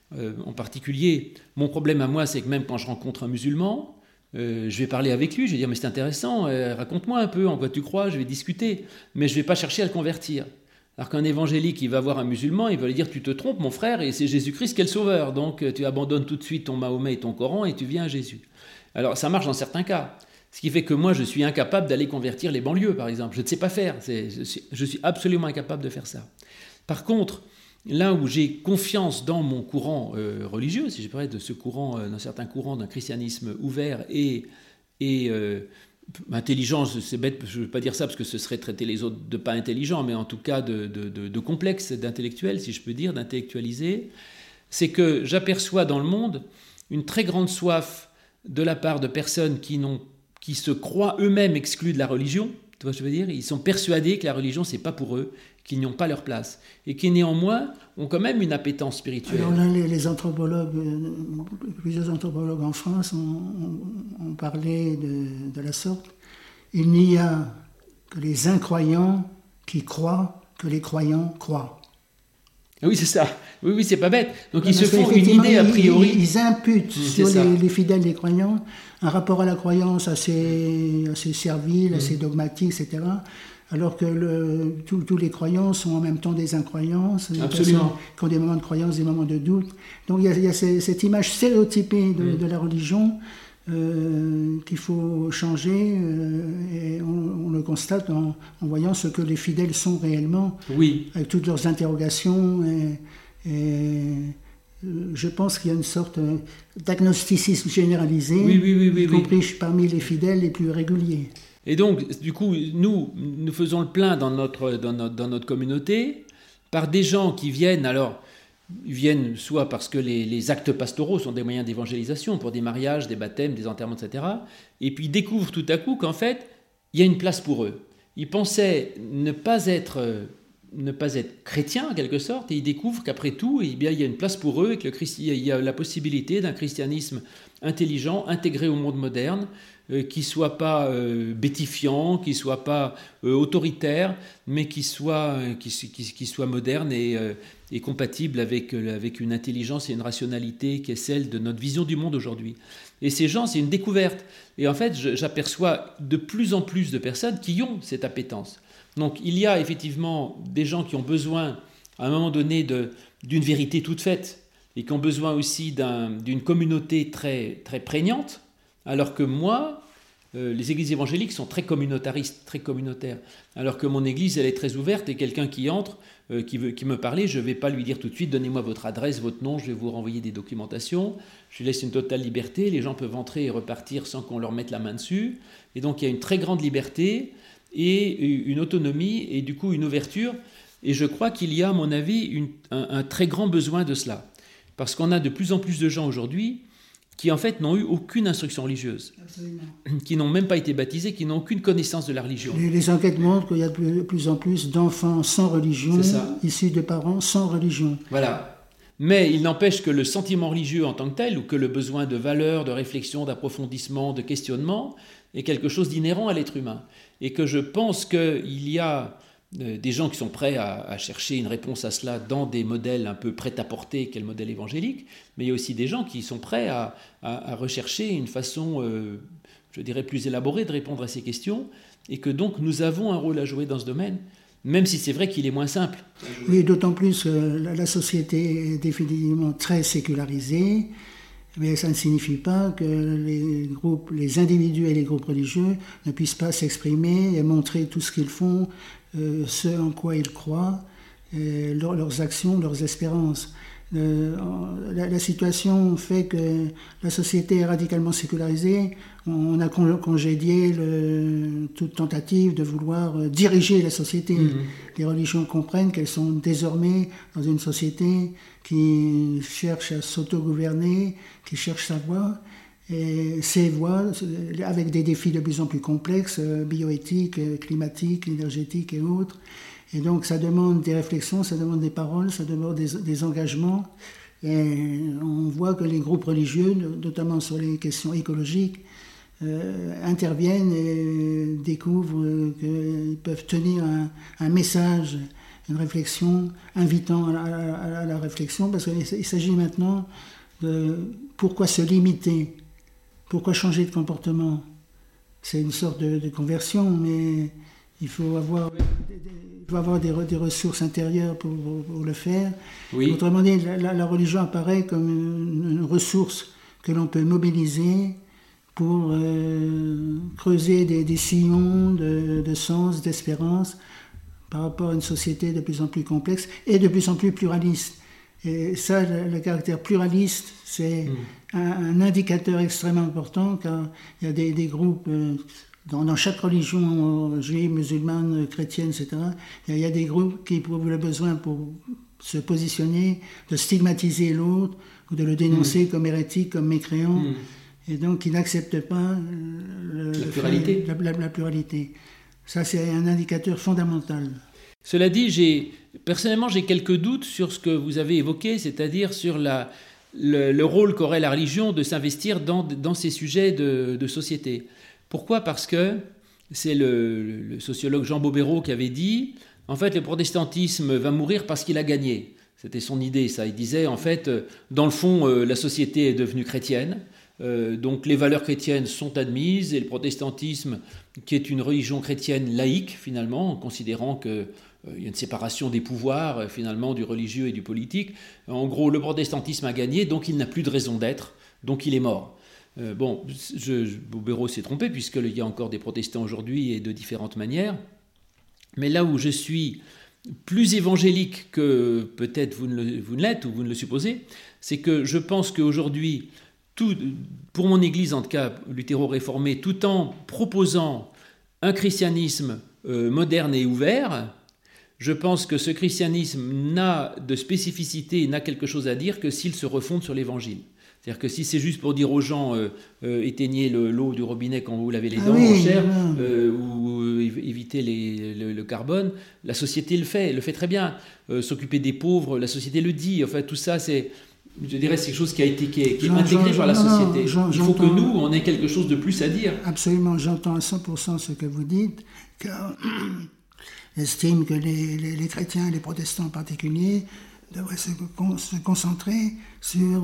En particulier, mon problème à moi, c'est que même quand je rencontre un musulman, je vais parler avec lui, je vais dire, mais c'est intéressant, raconte-moi un peu en quoi tu crois, je vais discuter, mais je ne vais pas chercher à le convertir. Alors qu'un évangélique, il va voir un musulman, il va lui dire, tu te trompes mon frère, et c'est Jésus-Christ qui est le sauveur, donc tu abandonnes tout de suite ton Mahomet et ton Coran et tu viens à Jésus. Alors ça marche dans certains cas, ce qui fait que moi je suis incapable d'aller convertir les banlieues par exemple, je ne sais pas faire, je suis absolument incapable de faire ça. Par contre, là où j'ai confiance dans mon courant religieux, si je parlais de ce courant, d'un certain courant d'un christianisme ouvert et intelligence, c'est bête, je ne veux pas dire ça parce que ce serait traiter les autres de pas intelligents, mais en tout cas de complexe, d'intellectuel, si je peux dire, d'intellectualiser, c'est que j'aperçois dans le monde une très grande soif de la part de personnes qui se croient eux-mêmes exclus de la religion. Tu vois ce que je veux dire ? Ils sont persuadés que la religion, c'est pas pour eux, qu'ils n'y ont pas leur place, et qui néanmoins ont quand même une appétence spirituelle.
Alors là, les anthropologues, plusieurs anthropologues en France ont parlé de la sorte. Il n'y a que les incroyants qui croient que les croyants croient.
Oui, c'est ça. Oui, c'est pas bête. Donc ils se font une idée a priori.
Ils imputent sur les fidèles, les croyants, un rapport à la croyance assez servile, assez dogmatique, etc. Alors que tous les croyants sont en même temps des incroyants,
absolument,
qui ont des moments de croyance, des moments de doute. Donc il y a cette image stéréotypée de la religion qu'il faut changer, et on le constate en voyant ce que les fidèles sont réellement, avec toutes leurs interrogations. Et je pense qu'il y a une sorte d'agnosticisme généralisé, y compris parmi les fidèles les plus réguliers.
Et donc, du coup, nous faisons le plein dans notre communauté par des gens qui viennent, ils viennent soit parce que les actes pastoraux sont des moyens d'évangélisation pour des mariages, des baptêmes, des enterrements, etc. Et puis ils découvrent tout à coup qu'en fait, il y a une place pour eux. Ils pensaient ne pas être ne pas être chrétiens en quelque sorte, et ils découvrent qu'après tout, eh bien, il y a une place pour eux et que il y a la possibilité d'un christianisme intelligent, intégré au monde moderne, qui ne soit pas bétifiant, qui ne soit pas autoritaire, mais qui soit moderne et compatible avec une intelligence et une rationalité qui est celle de notre vision du monde aujourd'hui. Et ces gens, c'est une découverte. Et en fait, j'aperçois de plus en plus de personnes qui ont cette appétence. Donc il y a effectivement des gens qui ont besoin, à un moment donné, d'une vérité toute faite, et qui ont besoin aussi d'une communauté très, très prégnante, alors que moi, les églises évangéliques sont très communautaristes, très communautaires, alors que mon église, elle est très ouverte, et quelqu'un qui entre, qui me parlait, je ne vais pas lui dire tout de suite, donnez-moi votre adresse, votre nom, je vais vous renvoyer des documentations, je lui laisse une totale liberté, les gens peuvent entrer et repartir sans qu'on leur mette la main dessus, et donc il y a une très grande liberté, et une autonomie, et du coup une ouverture, et je crois qu'il y a, à mon avis, un très grand besoin de cela, parce qu'on a de plus en plus de gens aujourd'hui qui en fait n'ont eu aucune instruction religieuse. Absolument. Qui n'ont même pas été baptisés, qui n'ont aucune connaissance de la religion.
Les enquêtes montrent qu'il y a de plus en plus d'enfants sans religion, issus de parents sans religion.
Voilà. Mais il n'empêche que le sentiment religieux en tant que tel, ou que le besoin de valeur, de réflexion, d'approfondissement, de questionnement, est quelque chose d'inhérent à l'être humain. Et que je pense qu'il y a des gens qui sont prêts à chercher une réponse à cela dans des modèles un peu prêt-à-porter qu'est le modèle évangélique, mais il y a aussi des gens qui sont prêts à rechercher une façon, je dirais, plus élaborée de répondre à ces questions, et que donc nous avons un rôle à jouer dans ce domaine, même si c'est vrai qu'il est moins simple.
Oui, d'autant plus que la société est définitivement très sécularisée, mais ça ne signifie pas que les individus et les groupes religieux ne puissent pas s'exprimer et montrer tout ce qu'ils font, ce en quoi ils croient, leurs actions, leurs espérances. La situation fait que la société est radicalement sécularisée. On a congédié toute tentative de vouloir diriger la société. Mmh. Les religions comprennent qu'elles sont désormais dans une société qui cherche à s'autogouverner, qui cherche sa voie. Et ces voies, avec des défis de plus en plus complexes, bioéthiques, climatiques, énergétiques et autres. Et donc ça demande des réflexions, ça demande des paroles, ça demande des engagements. Et on voit que les groupes religieux, notamment sur les questions écologiques, interviennent et découvrent qu'ils peuvent tenir un message, une réflexion, invitant à la réflexion, parce qu'il s'agit maintenant de pourquoi se limiter. Pourquoi changer de comportement? C'est une sorte de conversion, mais il faut avoir des ressources intérieures pour le faire. Oui. Autrement dit, la religion apparaît comme une ressource que l'on peut mobiliser pour creuser des sillons de sens, d'espérance, par rapport à une société de plus en plus complexe et de plus en plus pluraliste. Et ça, le caractère pluraliste, c'est un indicateur extrêmement important, car il y a des groupes, dans chaque religion, juive, musulmane, chrétienne, etc., il y a des groupes qui éprouvent le besoin pour se positionner, de stigmatiser l'autre, ou de le dénoncer comme hérétique, comme mécréant, et donc qui n'acceptent pas la pluralité. Ça, c'est un indicateur fondamental.
Cela dit, personnellement, j'ai quelques doutes sur ce que vous avez évoqué, c'est-à-dire sur le rôle qu'aurait la religion de s'investir dans ces sujets de société. Pourquoi ? Parce que c'est le sociologue Jean Bobéro qui avait dit, en fait, le protestantisme va mourir parce qu'il a gagné. C'était son idée, ça. Il disait, en fait, dans le fond, la société est devenue chrétienne, donc les valeurs chrétiennes sont admises, et le protestantisme, qui est une religion chrétienne laïque, finalement, en considérant que il y a une séparation des pouvoirs, finalement, du religieux et du politique. En gros, le protestantisme a gagné, donc il n'a plus de raison d'être, donc il est mort. Bobéro s'est trompé, puisqu'il y a encore des protestants aujourd'hui et de différentes manières. Mais là où je suis plus évangélique que peut-être vous ne l'êtes, ou vous ne le supposez, c'est que je pense qu'aujourd'hui, pour mon Église, en tout cas luthéro-réformée, tout en proposant un christianisme moderne et ouvert, je pense que ce christianisme n'a de spécificité, n'a quelque chose à dire que s'il se refonde sur l'Évangile. C'est-à-dire que si c'est juste pour dire aux gens éteignez l'eau du robinet quand vous lavez les dents, mon cher, ou éviter le carbone, la société le fait très bien. S'occuper des pauvres, la société le dit. Enfin, tout ça, c'est quelque chose qui est intégré par la société. Il faut que nous, on ait quelque chose de plus à dire.
Absolument, j'entends à 100% ce que vous dites, car j'estime que les chrétiens, les protestants en particulier, devraient se concentrer sur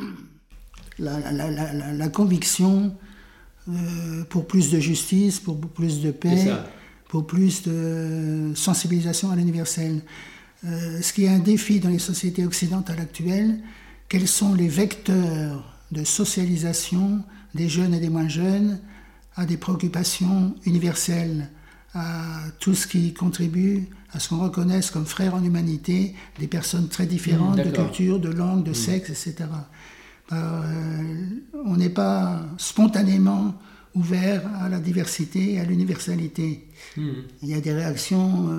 la conviction pour plus de justice, pour plus de paix, pour plus de sensibilisation à l'universel. Ce qui est un défi dans les sociétés occidentales actuelles, quels sont les vecteurs de socialisation des jeunes et des moins jeunes à des préoccupations universelles, à tout ce qui contribue à ce qu'on reconnaisse comme frères en humanité des personnes très différentes de culture, de langue, de sexe, etc. On n'est pas spontanément ouvert à la diversité et à l'universalité. Il y a des réactions,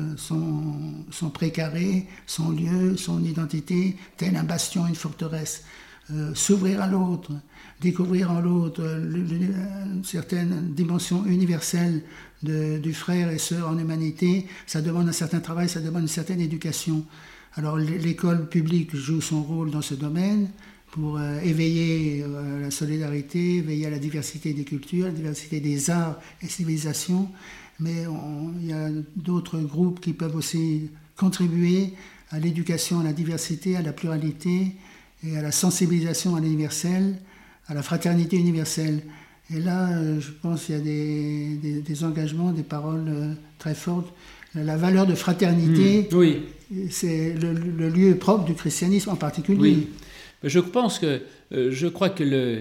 son précaré, son lieu, son identité, tel un bastion, une forteresse. S'ouvrir à l'autre, découvrir en l'autre une certaine dimension universelle du frère et sœur en humanité, ça demande un certain travail, ça demande une certaine éducation. Alors l'école publique joue son rôle dans ce domaine pour éveiller la solidarité, éveiller à la diversité des cultures, la diversité des arts et civilisations, mais il y a d'autres groupes qui peuvent aussi contribuer à l'éducation, à la diversité, à la pluralité et à la sensibilisation à l'universel, à la fraternité universelle. Et là, je pense qu'il y a des engagements, des paroles très fortes. La valeur de fraternité, c'est le lieu propre du christianisme en particulier.
Oui. Je crois que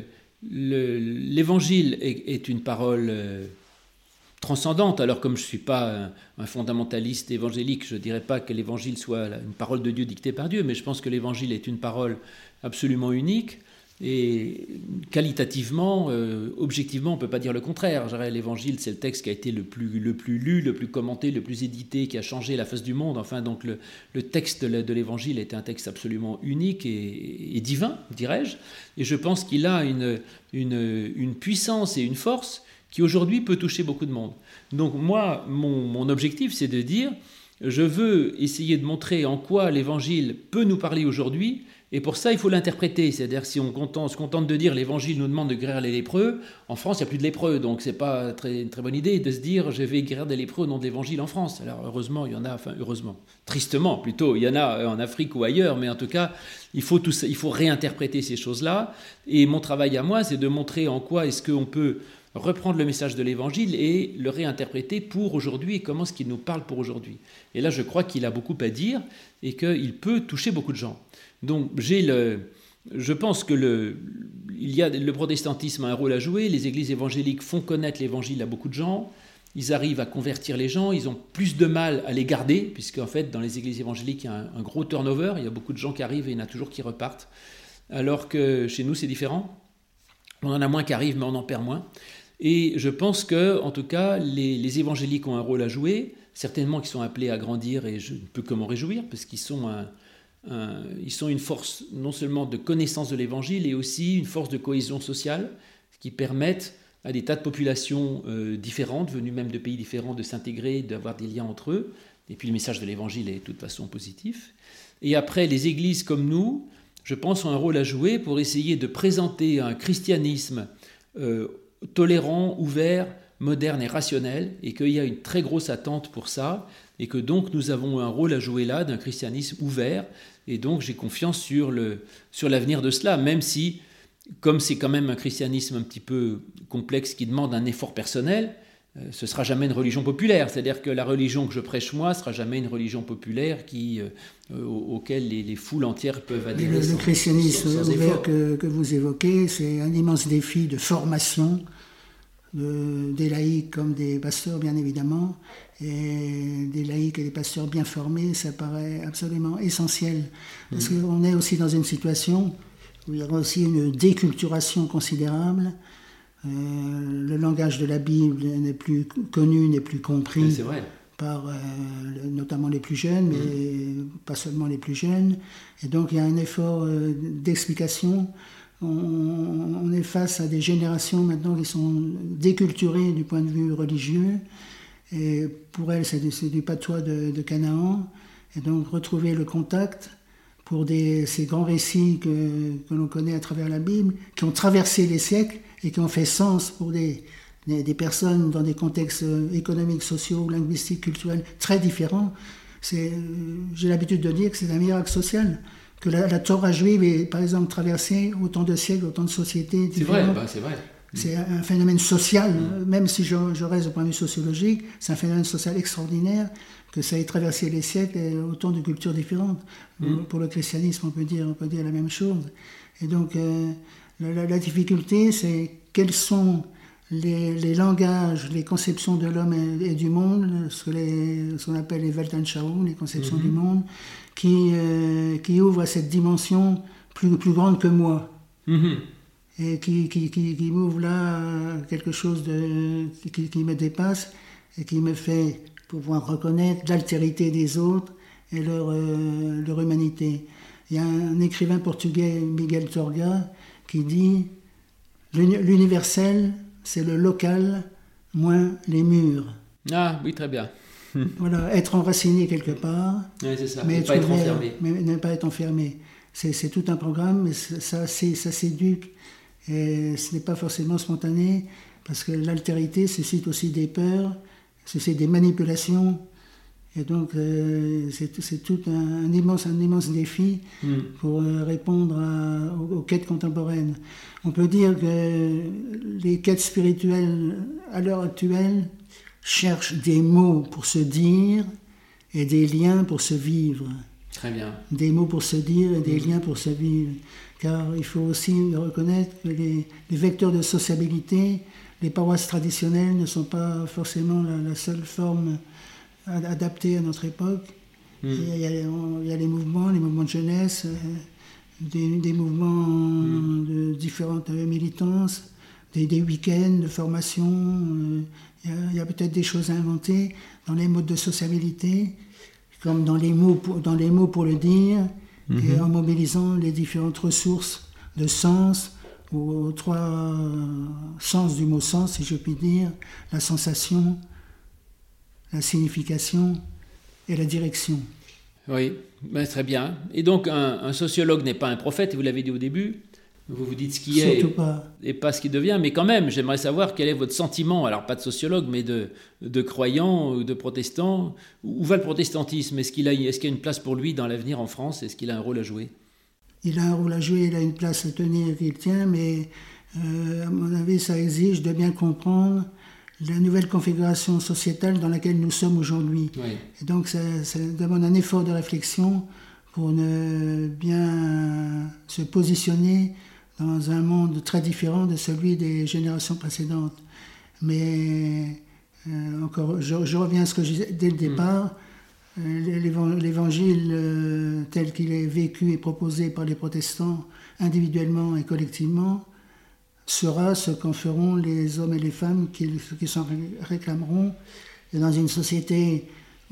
l'évangile est une parole transcendante. Alors comme je ne suis pas un fondamentaliste évangélique, je ne dirais pas que l'évangile soit une parole de Dieu dictée par Dieu, mais je pense que l'évangile est une parole absolument unique. Et qualitativement, objectivement, on ne peut pas dire le contraire. L'évangile, c'est le texte qui a été le plus lu, le plus commenté, le plus édité, qui a changé la face du monde. Enfin, donc le texte de l'évangile est un texte absolument unique et divin, dirais-je. Et je pense qu'il a une puissance et une force qui aujourd'hui peut toucher beaucoup de monde. Donc moi, mon objectif, c'est de dire, je veux essayer de montrer en quoi l'évangile peut nous parler aujourd'hui. Et pour ça, il faut l'interpréter. C'est-à-dire, si on se contente de dire l'Évangile nous demande de guérir les lépreux, en France, il n'y a plus de lépreux. Donc, ce n'est pas une très bonne idée de se dire je vais guérir des lépreux au nom de l'Évangile en France. Alors, heureusement, il y en a, tristement plutôt, il y en a en Afrique ou ailleurs. Mais en tout cas, il faut réinterpréter ces choses-là. Et mon travail à moi, c'est de montrer en quoi est-ce qu'on peut reprendre le message de l'Évangile et le réinterpréter pour aujourd'hui et comment est-ce qu'il nous parle pour aujourd'hui. Et là, je crois qu'il a beaucoup à dire et qu'il peut toucher beaucoup de gens. Donc, je pense que le protestantisme a un rôle à jouer, les églises évangéliques font connaître l'évangile à beaucoup de gens, ils arrivent à convertir les gens, ils ont plus de mal à les garder, puisque en fait, dans les églises évangéliques, il y a un gros turnover, il y a beaucoup de gens qui arrivent et il y en a toujours qui repartent, alors que chez nous, c'est différent. On en a moins qui arrivent, mais on en perd moins. Et je pense que, en tout cas, les évangéliques ont un rôle à jouer, certainement qu'ils sont appelés à grandir, et je ne peux que m'en réjouir, parce qu'ils sont ils sont une force non seulement de connaissance de l'Évangile, et aussi une force de cohésion sociale, qui permettent à des tas de populations différentes, venues même de pays différents, de s'intégrer, d'avoir des liens entre eux. Et puis le message de l'Évangile est de toute façon positif. Et après, les églises comme nous, je pense, ont un rôle à jouer pour essayer de présenter un christianisme tolérant, ouvert, moderne et rationnel, et qu'il y a une très grosse attente pour ça, et que donc nous avons un rôle à jouer là d'un christianisme ouvert, et donc j'ai confiance sur l'avenir de cela, même si, comme c'est quand même un christianisme un petit peu complexe qui demande un effort personnel, ce ne sera jamais une religion populaire, c'est-à-dire que la religion que je prêche moi ne sera jamais une religion populaire auquel les foules entières peuvent adhérer.
Le christianisme ouvert que vous évoquez, c'est un immense défi de formation, des laïcs comme des pasteurs bien évidemment, et des laïcs et des pasteurs bien formés, ça paraît absolument essentiel, parce qu'on est aussi dans une situation où il y aura aussi une déculturation considérable. Le langage de la Bible n'est plus connu, n'est plus compris par notamment les plus jeunes, mais pas seulement les plus jeunes. Et donc il y a un effort d'explication on est face à des générations maintenant qui sont déculturées du point de vue religieux. Et pour elles, c'est du patois de Canaan. Et donc retrouver le contact pour ces grands récits que l'on connaît à travers la Bible, qui ont traversé les siècles et qui ont fait sens pour des personnes dans des contextes économiques, sociaux, linguistiques, culturels très différents. J'ai l'habitude de dire que c'est un miracle social, que la Torah juive ait, par exemple, traversé autant de siècles, autant de sociétés différentes.
C'est vrai.
C'est un phénomène social, même si je reste au point de vue sociologique, c'est un phénomène social extraordinaire, que ça ait traversé les siècles et autant de cultures différentes. Pour le christianisme, on peut dire la même chose. Et donc, la difficulté, c'est quels sont les langages, les conceptions de l'homme et du monde, ce qu'on appelle les Weltanschauung, les conceptions du monde, qui ouvrent à cette dimension plus grande que moi. Et qui m'ouvre là quelque chose qui me dépasse et qui me fait pouvoir reconnaître l'altérité des autres et leur humanité. Il y a un écrivain portugais, Miguel Torga, qui dit « L'universel, c'est le local, moins les murs. »
Ah, oui, très bien.
Voilà, être enraciné quelque part,
oui, c'est ça.
mais
pas être enfermé.
Mais ne pas être enfermé. C'est tout un programme, mais ça s'éduque. Et ce n'est pas forcément spontané, parce que l'altérité suscite aussi des peurs, suscite des manipulations. Et donc, c'est tout un immense défi pour répondre aux quêtes contemporaines. On peut dire que les quêtes spirituelles, à l'heure actuelle, cherchent des mots pour se dire et des liens pour se vivre.
Très bien. Des
mots pour se dire et des liens pour se vivre. Car il faut aussi reconnaître que les vecteurs de sociabilité, les paroisses traditionnelles ne sont pas forcément la seule forme adaptée à notre époque. Il y a les mouvements de jeunesse, des mouvements de différentes militances, des week-ends de formation. Il y a peut-être des choses à inventer dans les modes de sociabilité, comme dans les mots pour le dire, et en mobilisant les différentes ressources de sens, aux trois sens du mot sens, si je puis dire, la sensation, la signification et la direction.
Oui, ben, très bien. Et donc un sociologue n'est pas un prophète, vous l'avez dit au début, vous vous dites ce qui est et pas ce qui devient, mais quand même, j'aimerais savoir quel est votre sentiment, alors pas de sociologue, mais de croyant ou de protestant. Où va le protestantisme ? Est-ce qu'il y a une place pour lui dans l'avenir en France ? Est-ce qu'il a un rôle à jouer ?
Il a un rôle à jouer, il a une place à tenir qu'il tient, mais à mon avis, ça exige de bien comprendre la nouvelle configuration sociétale dans laquelle nous sommes aujourd'hui.
Oui.
Et donc ça demande un effort de réflexion pour bien se positionner dans un monde très différent de celui des générations précédentes. Mais encore, je reviens à ce que je disais dès le départ, l'évangile tel qu'il est vécu et proposé par les protestants individuellement et collectivement sera ce qu'en feront les hommes et les femmes qui s'en réclameront. Et dans une société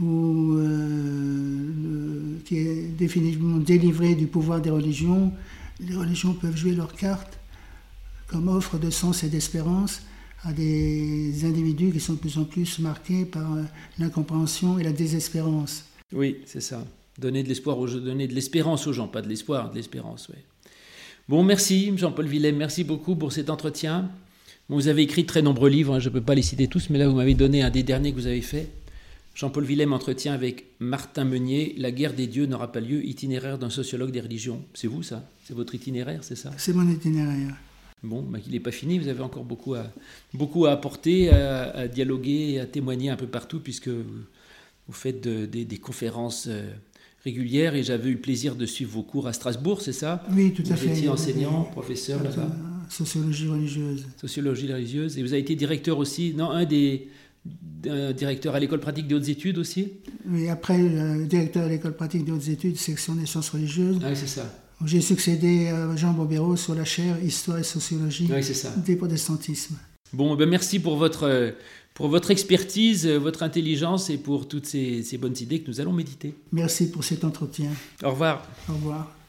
qui est définitivement délivrée du pouvoir des religions, les religions peuvent jouer leur carte comme offre de sens et d'espérance à des individus qui sont de plus en plus marqués par l'incompréhension et la désespérance.
Oui, c'est ça. Donner de l'espoir donner de l'espérance aux gens, pas de l'espoir, de l'espérance, oui. Bon, merci Jean-Paul Willem, merci beaucoup pour cet entretien. Bon, vous avez écrit de très nombreux livres, je ne peux pas les citer tous, mais là vous m'avez donné un des derniers que vous avez fait. Jean-Paul Willem, entretien avec Martin Meunier, La guerre des dieux n'aura pas lieu, itinéraire d'un sociologue des religions. C'est vous ça ? C'est votre itinéraire, c'est ça ?
C'est mon itinéraire.
Bon, il n'est pas fini, vous avez encore beaucoup à apporter, à dialoguer, à témoigner un peu partout, puisque vous faites des conférences régulières, et j'avais eu le plaisir de suivre vos cours à Strasbourg, c'est ça ?
Oui, tout à fait.
Vous étiez enseignant, professeur là-bas.
Sociologie religieuse.
Sociologie religieuse, et vous avez été directeur aussi, directeur à l'école pratique des hautes études aussi ?
Oui, après, directeur à l'école pratique des hautes études, section des sciences religieuses.
Ah oui, c'est ça.
J'ai succédé à Jean Bobéro sur la chaire Histoire et Sociologie des protestantismes.
Bon, merci pour votre expertise, votre intelligence et pour toutes ces bonnes idées que nous allons méditer.
Merci pour cet entretien.
Au revoir.
Au revoir.